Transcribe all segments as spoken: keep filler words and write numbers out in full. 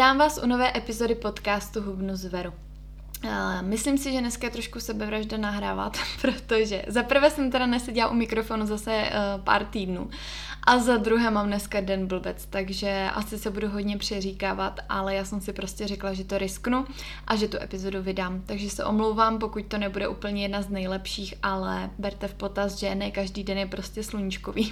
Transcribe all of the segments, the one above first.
Vítám vás u nové epizody podcastu Hubnu zveru. Uh, myslím si, že dneska je trošku sebevražda nahrávat, protože za prvé jsem teda neseděla u mikrofonu zase uh, pár týdnů a za druhé mám dneska den blbec, takže asi se budu hodně přeříkávat, ale já jsem si prostě řekla, že to risknu a že tu epizodu vydám, takže se omlouvám, pokud to nebude úplně jedna z nejlepších, ale berte v potaz, že ne každý den je prostě sluníčkový.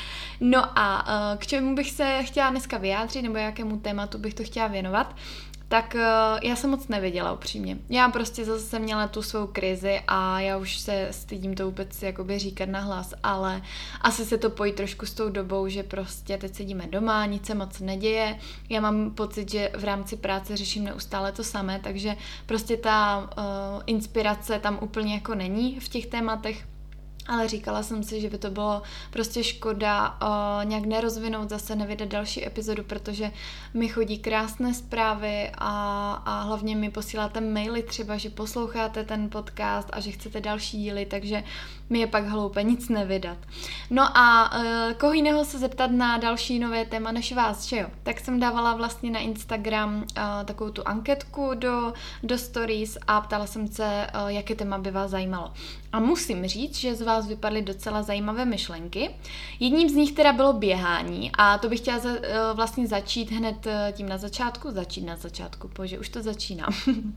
No a uh, k čemu bych se chtěla dneska vyjádřit, nebo jakému tématu bych to chtěla věnovat, tak uh, já jsem moc nevěděla upřímně. Já prostě zase jsem měla tu svou krizi a já už se stydím to vůbec jakoby říkat nahlas, ale asi se to pojí trošku s tou dobou, že prostě teď sedíme doma, nic se moc neděje. Já mám pocit, že v rámci práce řeším neustále to samé, takže prostě ta uh, inspirace tam úplně jako není v těch tématech. Ale říkala jsem si, že by to bylo prostě škoda uh, nějak nerozvinout, zase nevydat další epizodu, protože mi chodí krásné zprávy a, a hlavně mi posíláte maily třeba, že posloucháte ten podcast a že chcete další díly, takže mi je pak hloupé nic nevydat. No a uh, koho jiného se zeptat na další nové téma než vás, že jo? Tak jsem dávala vlastně na Instagram uh, takovou tu anketku do, do stories a ptala jsem se, uh, jaké téma by vás zajímalo. A musím říct, že z vás vypadly docela zajímavé myšlenky. Jedním z nich teda bylo běhání a to bych chtěla za, uh, vlastně začít hned uh, tím na začátku, začít na začátku, bože, už to začíná.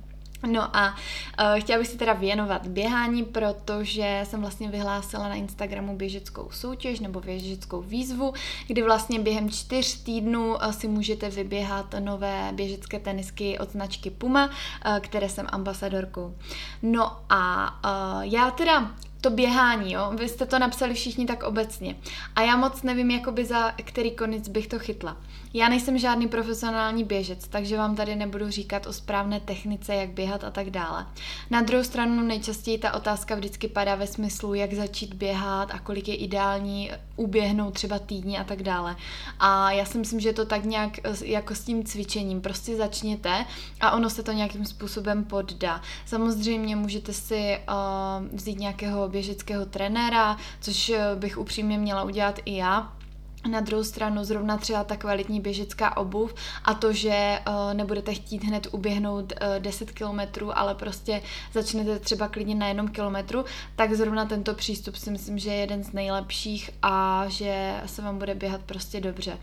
No a uh, chtěla bych si teda věnovat běhání, protože jsem vlastně vyhlásila na Instagramu běžeckou soutěž nebo běžeckou výzvu, kdy vlastně během čtyř týdnů uh, si můžete vyběhat nové běžecké tenisky od značky Puma, uh, které jsem ambasadorkou. No a uh, já teda to běhání, jo, vy jste to napsali všichni tak obecně a já moc nevím, jakoby za který konec bych to chytla. Já nejsem žádný profesionální běžec, takže vám tady nebudu říkat o správné technice, jak běhat a tak dále. Na druhou stranu nejčastěji ta otázka vždycky padá ve smyslu, jak začít běhat a kolik je ideální uběhnout třeba týdně a tak dále. A já si myslím, že je to tak nějak jako s tím cvičením, prostě začněte a ono se to nějakým způsobem poddá. Samozřejmě můžete si uh, vzít nějakého běžeckého trenéra, což bych upřímně měla udělat i já. Na druhou stranu zrovna třeba ta kvalitní běžecká obuv a to, že uh, nebudete chtít hned uběhnout uh, deset kilometrů, ale prostě začnete třeba klidně na jednom kilometru, tak zrovna tento přístup si myslím, že je jeden z nejlepších a že se vám bude běhat prostě dobře.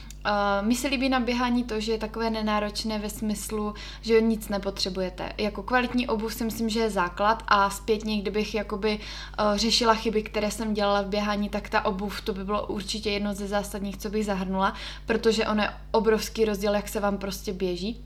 Uh, mně se líbí na běhání to, že je takové nenáročné ve smyslu, že nic nepotřebujete. Jako kvalitní obuv si myslím, že je základ a zpětně, kdybych jakoby uh, řešila chyby, které jsem dělala v běhání, tak ta obuv, to by bylo určitě jedno ze zásadních, co bych zahrnula, protože ono je obrovský rozdíl, jak se vám prostě běží.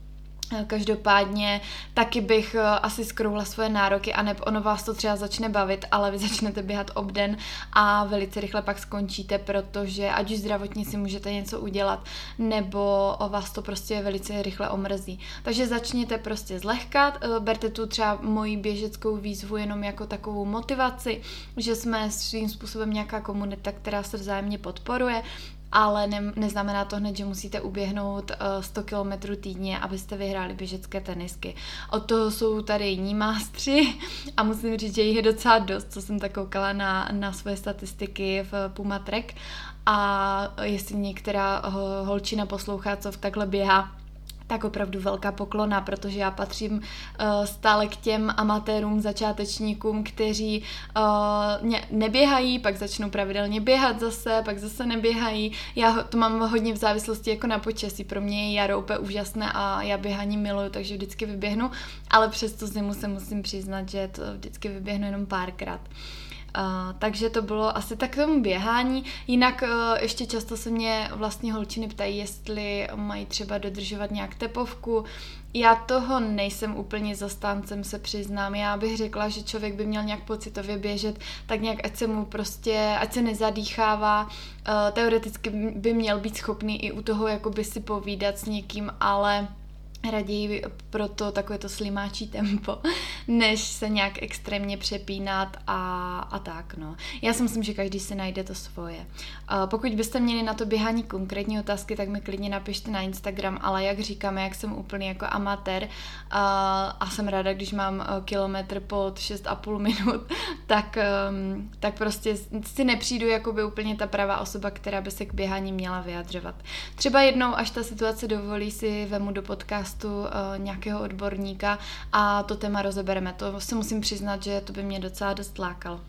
Každopádně taky bych asi skrouhla svoje nároky a neb ono vás to třeba začne bavit, ale vy začnete běhat obden a velice rychle pak skončíte, protože ať už zdravotně si můžete něco udělat, nebo vás to prostě velice rychle omrzí. Takže začněte prostě zlehka, berte tu třeba moji běžeckou výzvu jenom jako takovou motivaci, že jsme svým způsobem nějaká komunita, která se vzájemně podporuje, ale ne, neznamená to hned, že musíte uběhnout uh, sto kilometrů týdně, abyste vyhráli běžecké tenisky. Od toho jsou tady jiní mástři a musím říct, že jich je docela dost, co jsem tak koukala na, na svoje statistiky v Puma Trek a jestli některá holčina poslouchá, co v takhle běhá, tak opravdu velká poklona, protože já patřím uh, stále k těm amatérům, začátečníkům, kteří uh, neběhají, pak začnou pravidelně běhat zase, pak zase neběhají. Já to mám hodně v závislosti jako na počasí. Pro mě je jaro úplně úžasné a já běhání miluju, takže vždycky vyběhnu, ale přes tu zimu se musím přiznat, že to vždycky vyběhnu jenom párkrát. Uh, takže to bylo asi tak tomu běhání. Jinak uh, ještě často se mě vlastně holčiny ptají, jestli mají třeba dodržovat nějak tepovku. Já toho nejsem úplně zastáncem, se přiznám. Já bych řekla, že člověk by měl nějak pocitově běžet, tak nějak ať se mu prostě, ať se nezadýchává. Uh, teoreticky by měl být schopný i u toho jakoby si povídat s někým, ale raději proto takové to slimáčí tempo, než se nějak extrémně přepínat a, a tak, no. Já si myslím, že každý si najde to svoje. Uh, pokud byste měli na to běhání konkrétní otázky, tak mi klidně napište na Instagram, ale jak říkáme, jak jsem úplně jako amatér uh, a jsem ráda, když mám uh, kilometr pod šest a půl minut, tak, um, tak prostě si nepřijdu jakoby úplně ta pravá osoba, která by se k běhání měla vyjadřovat. Třeba jednou, až ta situace dovolí, si vemu do podcastu Uh, nějakého odborníka a to téma rozebereme. To si musím přiznat, že to by mě docela dost lákalo.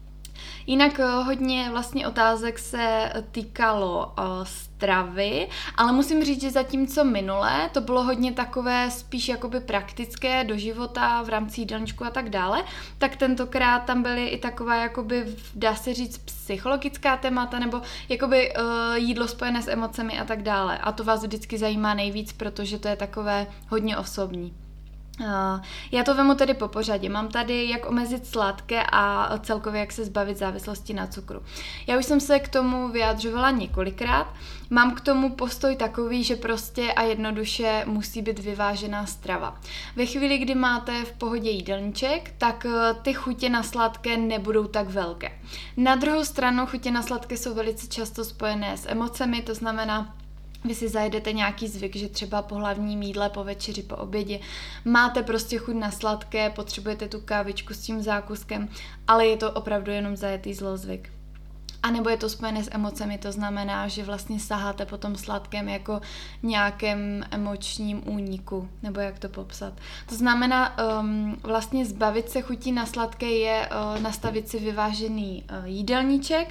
Jinak uh, hodně vlastně otázek se týkalo uh, stravy, ale musím říct, že zatímco minule to bylo hodně takové spíš jakoby praktické do života v rámci jídelníčku a tak dále, tak tentokrát tam byly i taková jakoby, dá se říct, psychologická témata nebo jakoby uh, jídlo spojené s emocemi a tak dále. A to vás vždycky zajímá nejvíc, protože to je takové hodně osobní. Uh, já to vemu tedy po pořadě. Mám tady, jak omezit sladké a celkově jak se zbavit závislosti na cukru. Já už jsem se k tomu vyjadřovala několikrát. Mám k tomu postoj takový, že prostě a jednoduše musí být vyvážená strava. Ve chvíli, kdy máte v pohodě jídelníček, tak ty chutě na sladké nebudou tak velké. Na druhou stranu chutě na sladké jsou velice často spojené s emocemi, to znamená, vy si zajedete nějaký zvyk, že třeba po hlavním jídle, po večeři, po obědě máte prostě chuť na sladké, potřebujete tu kávičku s tím zákuskem, ale je to opravdu jenom zajetý zlozvyk. A nebo je to spojené s emocemi, to znamená, že vlastně saháte po tom sladkém jako nějakém emočním úniku, nebo jak to popsat. To znamená, um, vlastně zbavit se chutí na sladké je uh, nastavit si vyvážený uh, jídelníček,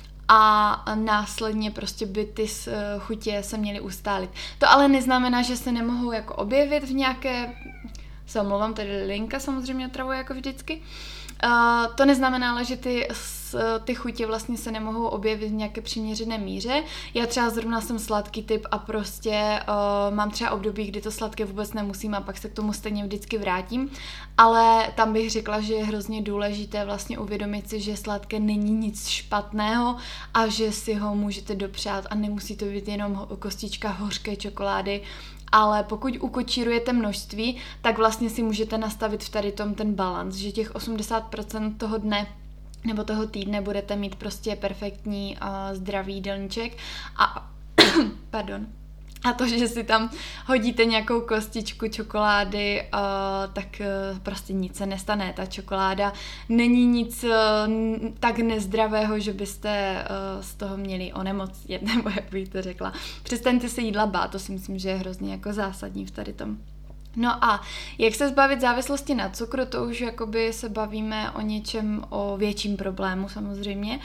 a následně prostě by ty chutě se měly ustálit. To ale neznamená, že se nemohou jako objevit v nějaké, se omlouvám, tady linka samozřejmě otravuje jako vždycky. Uh, to neznamená ale, že ty, ty chutě vlastně se nemohou objevit v nějaké přiměřené míře. Já třeba zrovna jsem sladký typ a prostě uh, mám třeba období, kdy to sladké vůbec nemusím a pak se k tomu stejně vždycky vrátím. Ale tam bych řekla, že je hrozně důležité vlastně uvědomit si, že sladké není nic špatného a že si ho můžete dopřát a nemusí to být jenom kostička hořké čokolády. Ale pokud ukočírujete množství, tak vlastně si můžete nastavit v tady tom ten balans, že těch osmdesát procent toho dne nebo toho týdne budete mít prostě perfektní uh, zdravý jídelníček a pardon. A to, že si tam hodíte nějakou kostičku čokolády, uh, tak uh, prostě nic se nestane. Ta čokoláda není nic uh, tak nezdravého, že byste uh, z toho měli onemocnět, nebo jak bych to řekla. Přestaňte se jídla bát, to si myslím, že je hrozně jako zásadní v tady tom. No a jak se zbavit závislosti na cukru, to už jakoby se bavíme o něčem, o větším problému samozřejmě.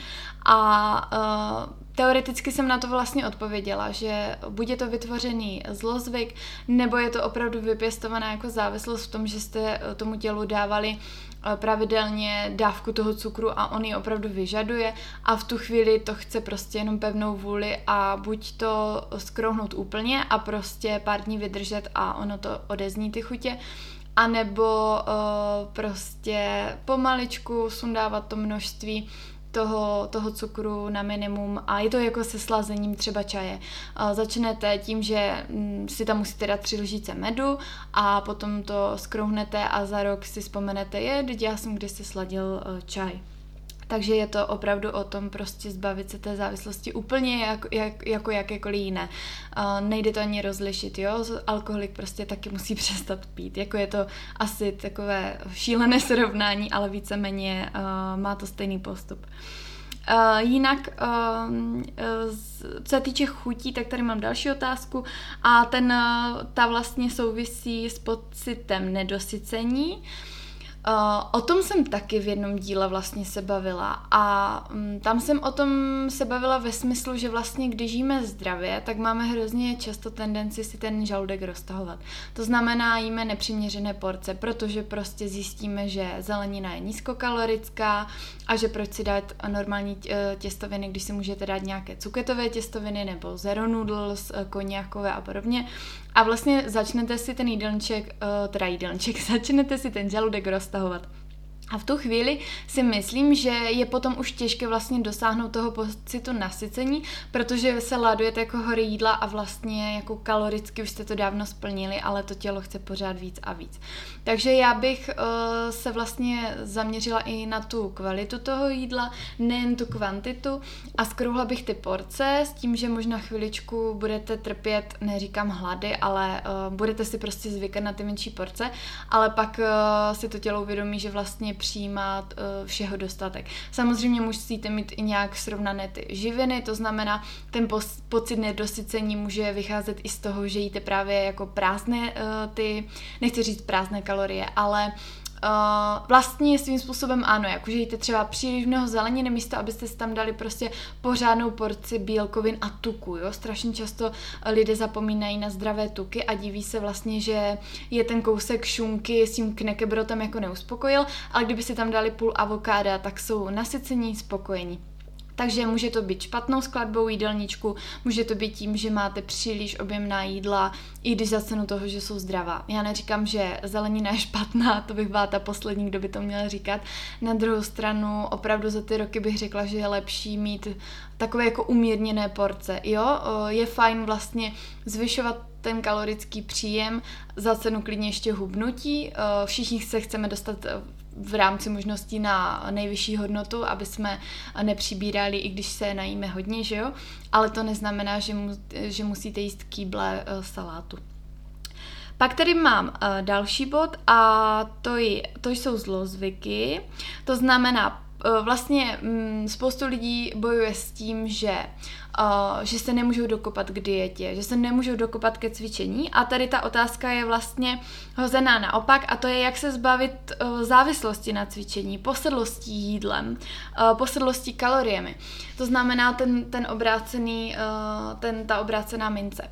A uh, teoreticky jsem na to vlastně odpověděla, že buď je to vytvořený zlozvyk, nebo je to opravdu vypěstovaná jako závislost v tom, že jste tomu tělu dávali pravidelně dávku toho cukru a on ji opravdu vyžaduje a v tu chvíli to chce prostě jenom pevnou vůli a buď to skrouhnout úplně a prostě pár dní vydržet a ono to odezní ty chutě, anebo uh, prostě pomaličku sundávat to množství toho, toho cukru na minimum a je to jako se slazením třeba čaje. Začnete tím, že si tam musíte dát tři lžíce medu a potom to skrouhnete a za rok si vzpomenete, je, teď já jsem kdysi sladil čaj. Takže je to opravdu o tom prostě zbavit se té závislosti úplně jako, jak, jako jakékoliv jiné. Uh, nejde to ani rozlišit, jo? Alkoholik prostě taky musí přestat pít. Jako je to asi takové šílené srovnání, ale víceméně uh, má to stejný postup. Uh, jinak, uh, uh, co se týče chutí, tak tady mám další otázku a ten, uh, ta vlastně souvisí s pocitem nedosycení. Uh, o tom jsem taky v jednom díle vlastně se bavila a um, tam jsem o tom se bavila ve smyslu, že vlastně když jíme zdravě, tak máme hrozně často tendenci si ten žaludek roztahovat. To znamená, jíme nepřiměřené porce, protože prostě zjistíme, že zelenina je nízkokalorická a že proč si dát normální těstoviny, když si můžete dát nějaké cuketové těstoviny nebo zero noodles, koněkové a podobně. A vlastně začnete si ten jídelníček, teda jídelníček, začnete si ten žaludek roztahovat. A v tu chvíli si myslím, že je potom už těžké vlastně dosáhnout toho pocitu nasycení, protože se ladujete jako hory jídla a vlastně jako kaloricky už jste to dávno splnili, ale to tělo chce pořád víc a víc. Takže já bych uh, se vlastně zaměřila i na tu kvalitu toho jídla, nejen tu kvantitu a zkrouhla bych ty porce s tím, že možná chviličku budete trpět, neříkám hlady, ale uh, budete si prostě zvykat na ty menší porce, ale pak uh, si to tělo uvědomí, že vlastně přijímat uh, všeho dostatek. Samozřejmě musíte mít i nějak srovnané ty živiny, to znamená, ten pos- pocit nedosycení může vycházet i z toho, že jíte právě jako prázdné uh, ty, nechci říct prázdné kalorie, ale Uh, vlastně svým způsobem ano, jakože jíte třeba příliš mnoho zeleniny, místo abyste si tam dali prostě pořádnou porci bílkovin a tuku, jo, strašně často lidé zapomínají na zdravé tuky a diví se vlastně, že je ten kousek šunky s tím knekebrotem jako neuspokojil, ale kdyby si tam dali půl avokáda, tak jsou nasycení, spokojení. Takže může to být špatnou skladbou jídelníčku, může to být tím, že máte příliš objemná jídla, i když za cenu toho, že jsou zdravá. Já neříkám, že zelenina je špatná, to bych byla ta poslední, kdo by to měl říkat. Na druhou stranu opravdu za ty roky bych řekla, že je lepší mít takové jako umírněné porce. Jo, je fajn vlastně zvyšovat ten kalorický příjem za cenu klidně ještě hubnutí. Všichni se chceme dostat v rámci možností na nejvyšší hodnotu, aby jsme nepřibírali, i když se najíme hodně, že jo? Ale to neznamená, že, mu, že musíte jíst kýble uh, salátu. Pak tady mám uh, další bod a to, je, to jsou zlozvyky. To znamená, uh, vlastně um, spoustu lidí bojuje s tím, že Uh, že se nemůžou dokopat k dietě, že se nemůžou dokopat ke cvičení a tady ta otázka je vlastně hozená naopak a to je, jak se zbavit uh, závislosti na cvičení, posedlostí jídlem, uh, posedlostí kaloriemi. To znamená ten, ten obrácený, uh, ten, ta obrácená mince.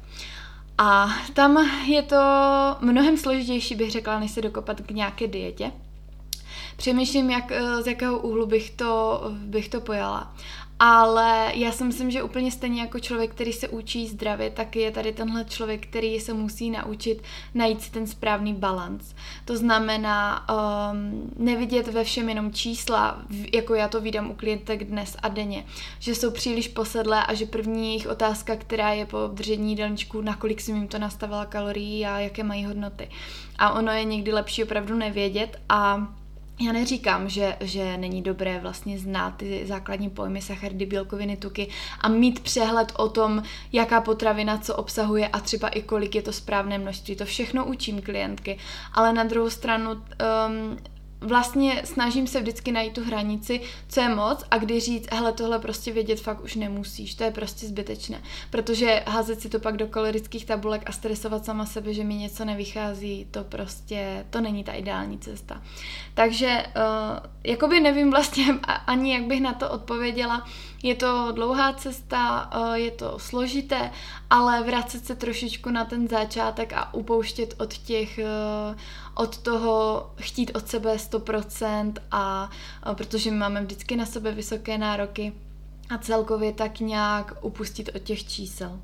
A tam je to mnohem složitější, bych řekla, než se dokopat k nějaké dietě. Přemýšlím, jak, z jakého úhlu bych to, bych to pojala. Ale já si myslím, že úplně stejně jako člověk, který se učí zdravě, tak je tady tenhle člověk, který se musí naučit najít si ten správný balans. To znamená um, nevidět ve všem jenom čísla, jako já to vídám u klientek dnes a denně, že jsou příliš posedlé a že první jejich otázka, která je po držení jídelníčku, nakolik jsem jim to nastavila kalorií a jaké mají hodnoty. A ono je někdy lepší opravdu nevědět a já neříkám, že, že není dobré vlastně znát ty základní pojmy sacharidy, bílkoviny, tuky a mít přehled o tom, jaká potravina co obsahuje a třeba i kolik je to správné množství. To všechno učím klientky, ale na druhou stranu um, vlastně snažím se vždycky najít tu hranici, co je moc a kdy říct, hele, tohle prostě vědět fakt už nemusíš, to je prostě zbytečné, protože házet si to pak do kalorických tabulek a stresovat sama sebe, že mi něco nevychází, to prostě, to není ta ideální cesta. Takže uh, jakoby nevím vlastně ani, jak bych na to odpověděla, je to dlouhá cesta, uh, je to složité, ale vracet se trošičku na ten začátek a upouštět od těch, uh, od toho chtít od sebe sto procent a uh, protože my máme vždycky na sebe vysoké nároky a celkově tak nějak upustit od těch čísel.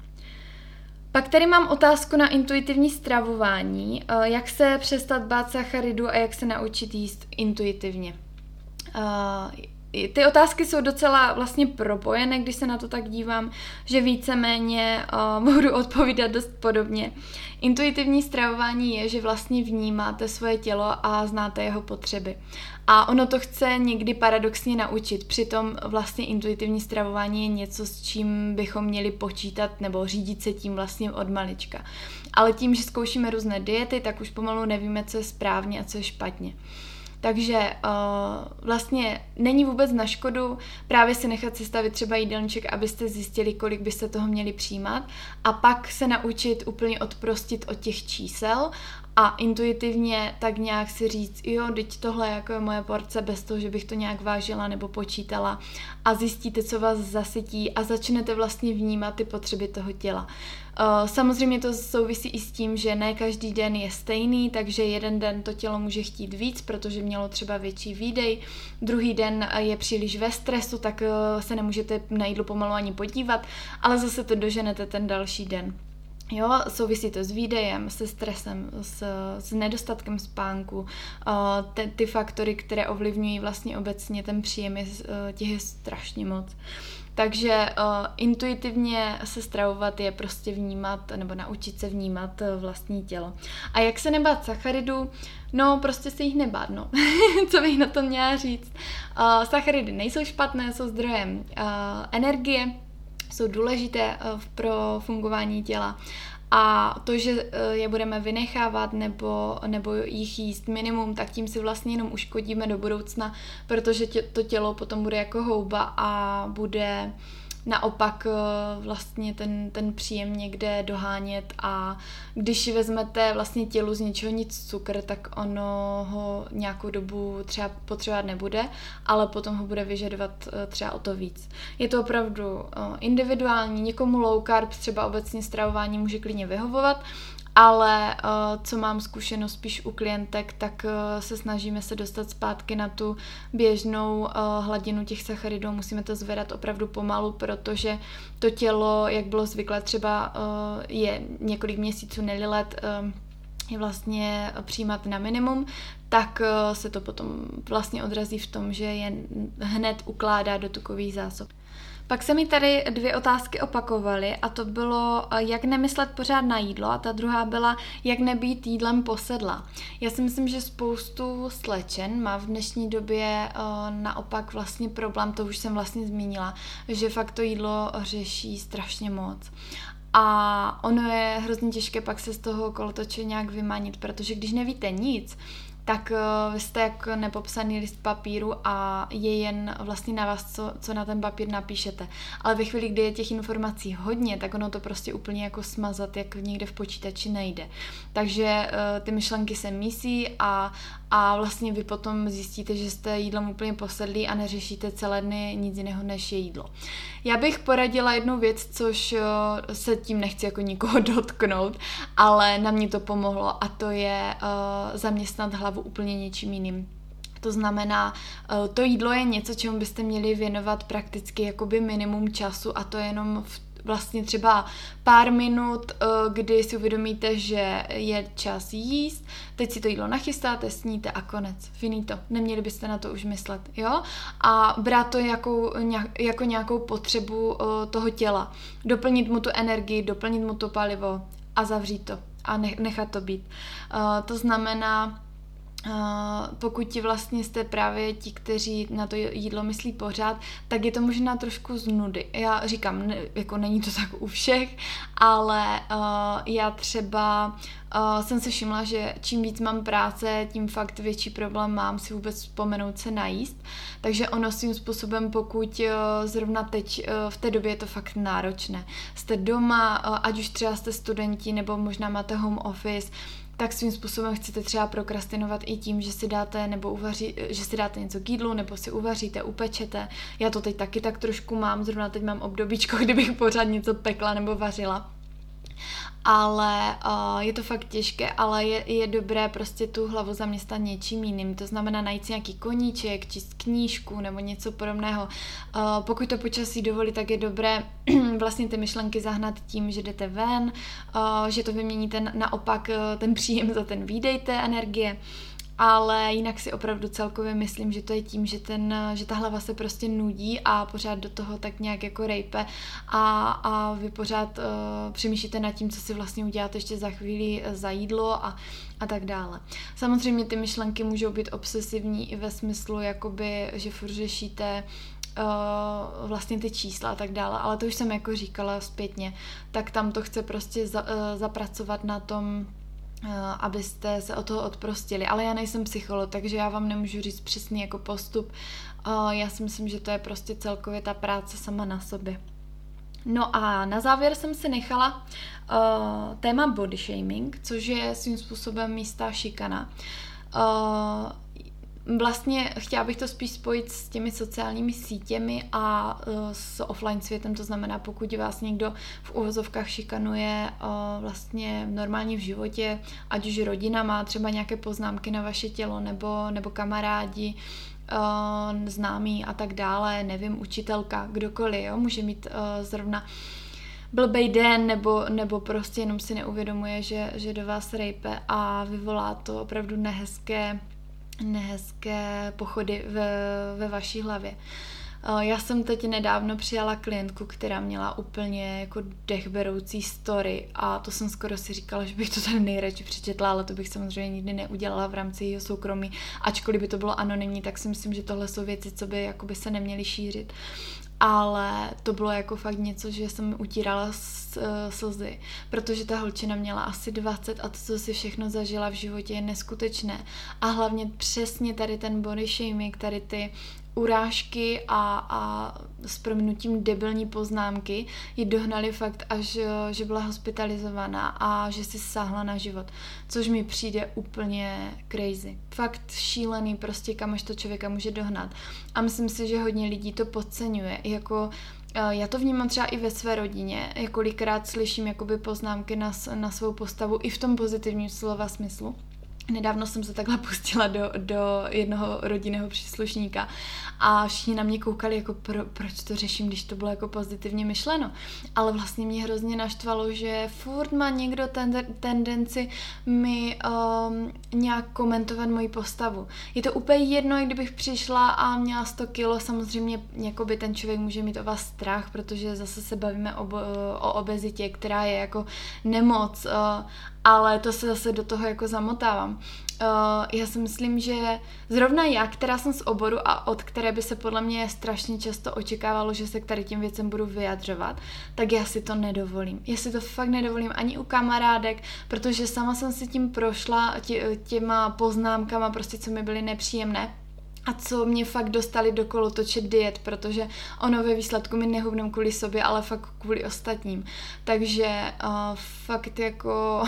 Pak tady mám otázku na intuitivní stravování, uh, jak se přestat bát sacharidu a jak se naučit jíst intuitivně. Uh, Ty otázky jsou docela vlastně propojené, když se na to tak dívám, že víceméně uh, budu odpovídat dost podobně. Intuitivní stravování je, že vlastně vnímáte svoje tělo a znáte jeho potřeby. A ono to chce někdy paradoxně naučit, přitom vlastně intuitivní stravování je něco, s čím bychom měli počítat nebo řídit se tím vlastně od malička. Ale tím, že zkoušíme různé diety, tak už pomalu nevíme, co je správně a co je špatně. Takže uh, vlastně není vůbec na škodu právě si nechat sestavit třeba jídelníček, abyste zjistili, kolik byste toho měli přijímat a pak se naučit úplně odprostit od těch čísel a intuitivně tak nějak si říct, jo, teď tohle jako je moje porce bez toho, že bych to nějak vážila nebo počítala a zjistíte, co vás zasytí a začnete vlastně vnímat ty potřeby toho těla. Uh, samozřejmě to souvisí i s tím, že ne každý den je stejný, takže jeden den to tělo může chtít víc, protože mělo třeba větší výdej, druhý den je příliš ve stresu, tak uh, se nemůžete na jídlo pomalu ani podívat, ale zase to doženete ten další den. Jo, souvisí to s výdejem, se stresem, s, s nedostatkem spánku, uh, te, ty faktory, které ovlivňují vlastně obecně ten příjem, je, uh, těch je strašně moc. Takže uh, intuitivně se stravovat je prostě vnímat, nebo naučit se vnímat uh, vlastní tělo. A jak se nebát sacharidů? No, prostě se jich nebát, no. Co bych na to měla říct? Uh, sacharidy nejsou špatné, jsou zdrojem uh, energie, jsou důležité uh, pro fungování těla. A to, že je budeme vynechávat nebo, nebo jich jíst minimum, tak tím si vlastně jenom uškodíme do budoucna, protože tě, to tělo potom bude jako houba a bude naopak vlastně ten, ten příjem někde dohánět a když vezmete vlastně tělu z ničeho nic cukr, tak ono ho nějakou dobu třeba potřebovat nebude, ale potom ho bude vyžadovat třeba o to víc. Je to opravdu individuální, někomu low carb třeba obecně stravování může klidně vyhovovat, ale uh, co mám zkušenost spíš u klientek, tak uh, se snažíme se dostat zpátky na tu běžnou uh, hladinu těch sacharidů. Musíme to zvedat opravdu pomalu, protože to tělo, jak bylo zvyklé, třeba uh, je několik měsíců, ne let, uh, je vlastně přijímat na minimum, tak uh, se to potom vlastně odrazí v tom, že je hned ukládá do tukových zásob. Pak se mi tady dvě otázky opakovaly a to bylo, jak nemyslet pořád na jídlo a ta druhá byla, jak nebýt jídlem posedla. Já si myslím, že spoustu slečen má v dnešní době uh, naopak vlastně problém, to už jsem vlastně zmínila, že fakt to jídlo řeší strašně moc. A ono je hrozně těžké pak se z toho kolotoče nějak vymanit, protože když nevíte nic, tak uh, vy jste jako nepopsaný list papíru a je jen vlastně na vás, co, co na ten papír napíšete. Ale ve chvíli, kdy je těch informací hodně, tak ono to prostě úplně jako smazat, jak někde v počítači nejde. Takže uh, ty myšlenky se mísí a, a vlastně vy potom zjistíte, že jste jídlem úplně posedlí a neřešíte celé dny nic jiného, než je jídlo. Já bych poradila jednu věc, což uh, se tím nechci jako nikoho dotknout, ale na mě to pomohlo a to je uh, zaměstnat hlavu úplně něčím jiným. To znamená, to jídlo je něco, čemu byste měli věnovat prakticky jakoby minimum času a to je jenom v vlastně třeba pár minut, kdy si uvědomíte, že je čas jíst, teď si to jídlo nachystáte, sníte a konec. Finito. Neměli byste na to už myslet, jo? A brát to jako, jako nějakou potřebu toho těla. Doplnit mu tu energii, doplnit mu to palivo a zavřít to a nechat to být. To znamená, Uh, pokud ti vlastně jste právě ti, kteří na to jídlo myslí pořád, tak je to možná trošku z nudy. Já říkám, ne, jako není to tak u všech, ale uh, já třeba uh, jsem se všimla, že čím víc mám práce, tím fakt větší problém mám si vůbec vzpomenout se najíst. Takže ono svým způsobem, pokud uh, zrovna teď uh, v té době je to fakt náročné. Jste doma, uh, ať už třeba jste studenti, nebo možná máte home office, tak svým způsobem chcete třeba prokrastinovat i tím, že si dáte nebo uvaří, že si dáte něco k jídlu, nebo si uvaříte, upečete. Já to teď taky tak trošku mám, zrovna teď mám obdobíčko, kdybych pořád něco pekla nebo vařila. Ale uh, je to fakt těžké, ale je, je dobré prostě tu hlavu zaměstnat něčím jiným. To znamená najít si nějaký koníček, číst knížku nebo něco podobného. Uh, pokud to počasí dovolí, tak je dobré vlastně ty myšlenky zahnat tím, že jdete ven, uh, že to vyměníte naopak uh, ten příjem za ten výdej té energie. Ale jinak si opravdu celkově myslím, že to je tím, že, ten, že ta hlava se prostě nudí a pořád do toho tak nějak jako rejpe a, a vy pořád uh, přemýšlíte nad tím, co si vlastně uděláte ještě za chvíli za jídlo a, a tak dále. Samozřejmě ty myšlenky můžou být obsesivní i ve smyslu, jakoby, že furt řešíte Uh, vlastně ty čísla a tak dále, ale to už jsem jako říkala zpětně, tak tam to chce prostě za, uh, zapracovat na tom, abyste se od toho odprostili. Ale já nejsem psycholog, takže já vám nemůžu říct přesný jako postup. Já si myslím, že to je prostě celkově ta práce sama na sobě. No a na závěr jsem si nechala uh, téma body shaming, což je svým způsobem jistá šikana. Uh, Vlastně chtěla bych to spíš spojit s těmi sociálními sítěmi a uh, s offline světem, to znamená, pokud vás někdo v uvozovkách šikanuje uh, vlastně normálně v životě, ať už rodina má třeba nějaké poznámky na vaše tělo, nebo, nebo kamarádi, uh, známí a tak dále, nevím, učitelka, kdokoliv, jo, může mít uh, zrovna blbej den, nebo, nebo prostě jenom si neuvědomuje, že, že do vás rejpe a vyvolá to opravdu nehezké, nehezké pochody ve, ve vaší hlavě. Já jsem teď nedávno přijala klientku, která měla úplně jako dechberoucí story a to jsem skoro si říkala, že bych to tady nejradši přečetla, ale to bych samozřejmě nikdy neudělala v rámci jejího soukromí. Ačkoliv by to bylo anonymní, tak si myslím, že tohle jsou věci, co by jakoby se neměly šířit. Ale to bylo jako fakt něco, že jsem utírala slzy, protože ta holčina měla asi dvacet a to, co si všechno zažila v životě, je neskutečné. A hlavně přesně tady ten body shaming, tady ty urážky a, a s prominutím debilní poznámky ji dohnali fakt až, že byla hospitalizovaná a že si sáhla na život, což mi přijde úplně crazy. Fakt šílený prostě, kam až to člověka může dohnat. A myslím si, že hodně lidí to podceňuje. Jako, já to vnímám třeba i ve své rodině, kolikrát slyším jakoby poznámky na, na svou postavu i v tom pozitivním slova smyslu. Nedávno jsem se takhle pustila do, do jednoho rodinného příslušníka a všichni na mě koukali, jako pro, proč to řeším, když to bylo jako pozitivně myšleno. Ale vlastně mě hrozně naštvalo, že furt má někdo ten, tendenci mi um, nějak komentovat moji postavu. Je to úplně jedno, i kdybych přišla a měla sto kilo, samozřejmě jakoby ten člověk může mít o vás strach, protože zase se bavíme o, o obezitě, která je jako nemoc, uh, ale to se zase do toho jako zamotávám. Uh, já si myslím, že zrovna já, která jsem z oboru a od které by se podle mě strašně často očekávalo, že se k tady těm věcem budu vyjadřovat, tak já si to nedovolím. Já si to fakt nedovolím ani u kamarádek, protože sama jsem si tím prošla, tě, těma poznámkama, prostě co mi byly nepříjemné. A co mě fakt dostali do kolotoče diet, protože ono ve výsledku mi nehubnem kvůli sobě, ale fakt kvůli ostatním. Takže uh, fakt jako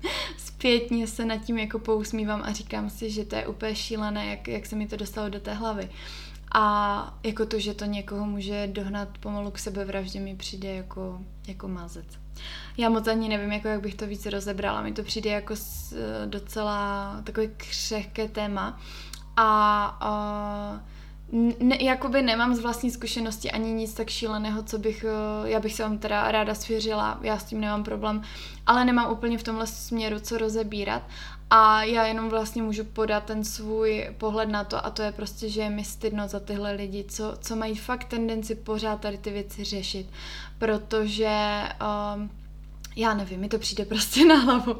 zpětně se nad tím jako pousmívám a říkám si, že to je úplně šílené, jak, jak se mi to dostalo do té hlavy. A jako to, že to někoho může dohnat pomalu k sebevraždě, mi přijde jako, jako mazec. Já moc ani nevím, jako jak bych to víc rozebrala. Mi to přijde jako docela takové křehké téma. A uh, ne, jakoby nemám z vlastní zkušenosti ani nic tak šíleného, co bych, uh, já bych se vám teda ráda svěřila, já s tím nemám problém, ale nemám úplně v tomhle směru co rozebírat a já jenom vlastně můžu podat ten svůj pohled na to a to je prostě, že je mi stydno za tyhle lidi, co, co mají fakt tendenci pořád tady ty věci řešit, protože uh, já nevím, mi to přijde prostě na hlavu.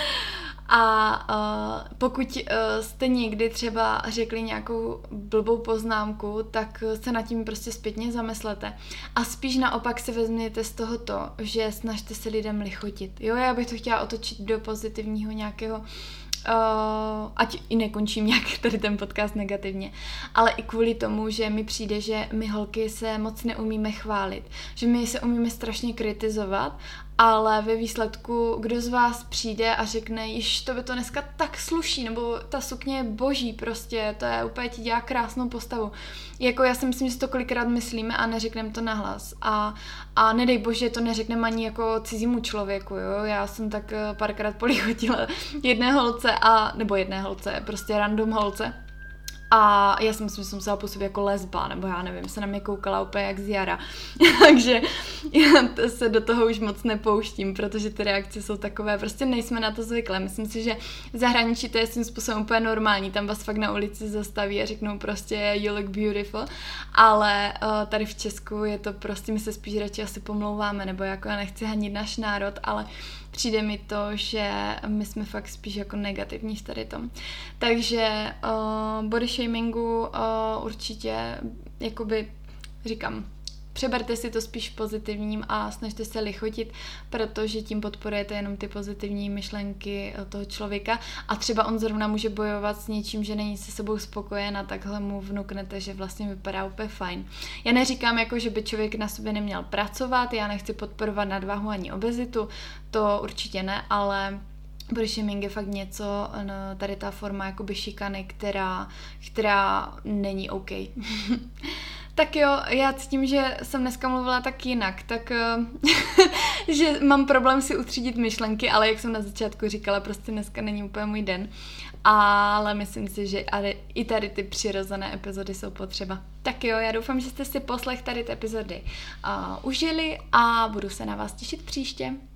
A uh, pokud uh, jste někdy třeba řekli nějakou blbou poznámku, tak se nad tím prostě zpětně zamyslete. A spíš naopak si vezměte z toho to, že snažte se lidem lichotit. Jo, já bych to chtěla otočit do pozitivního nějakého, Uh, ať i nekončím nějak tady ten podcast negativně, ale i kvůli tomu, že mi přijde, že my holky se moc neumíme chválit, že my se umíme strašně kritizovat, ale ve výsledku, kdo z vás přijde a řekne, již to by to dneska tak sluší, nebo ta sukně je boží prostě, to je úplně ti dělá krásnou postavu. Jako já si myslím, že si to kolikrát myslíme a neřekneme to nahlas. A, a nedej bože, to neřekneme ani jako cizímu člověku, jo. Já jsem tak párkrát polichotila jedné holce, a, nebo jedné holce, prostě random holce. A já si myslím, že jsem musela působit jako lesba, nebo já nevím, se na mě koukala úplně jak z jara. Takže já se do toho už moc nepouštím, protože ty reakce jsou takové, prostě nejsme na to zvyklé. Myslím si, že v zahraničí to je svým způsobem úplně normální, tam vás fakt na ulici zastaví a řeknou prostě you look beautiful, ale uh, tady v Česku je to prostě, my se spíš radši asi pomlouváme, nebo jako já nechci hanit náš národ, ale přijde mi to, že my jsme fakt spíš jako negativní v tady tom. Takže uh, body shamingu uh, určitě, jakoby říkám, přeberte si to spíš pozitivním a snažte se lichotit, protože tím podporujete jenom ty pozitivní myšlenky toho člověka a třeba on zrovna může bojovat s něčím, že není se sebou spokojen a takhle mu vnuknete, že vlastně vypadá úplně fajn. Já neříkám jako, že by člověk na sobě neměl pracovat, já nechci podporovat nadváhu ani obezitu, to určitě ne, ale body shaming je fakt něco, no, tady ta forma jakoby šikany, která, která není OK. Tak jo, já s tím, že jsem dneska mluvila tak jinak, tak že mám problém si utřídit myšlenky, ale jak jsem na začátku říkala, prostě dneska není úplně můj den. Ale myslím si, že i tady ty přirozené epizody jsou potřeba. Tak jo, já doufám, že jste si poslech tady ty epizody uh, užili a budu se na vás těšit příště.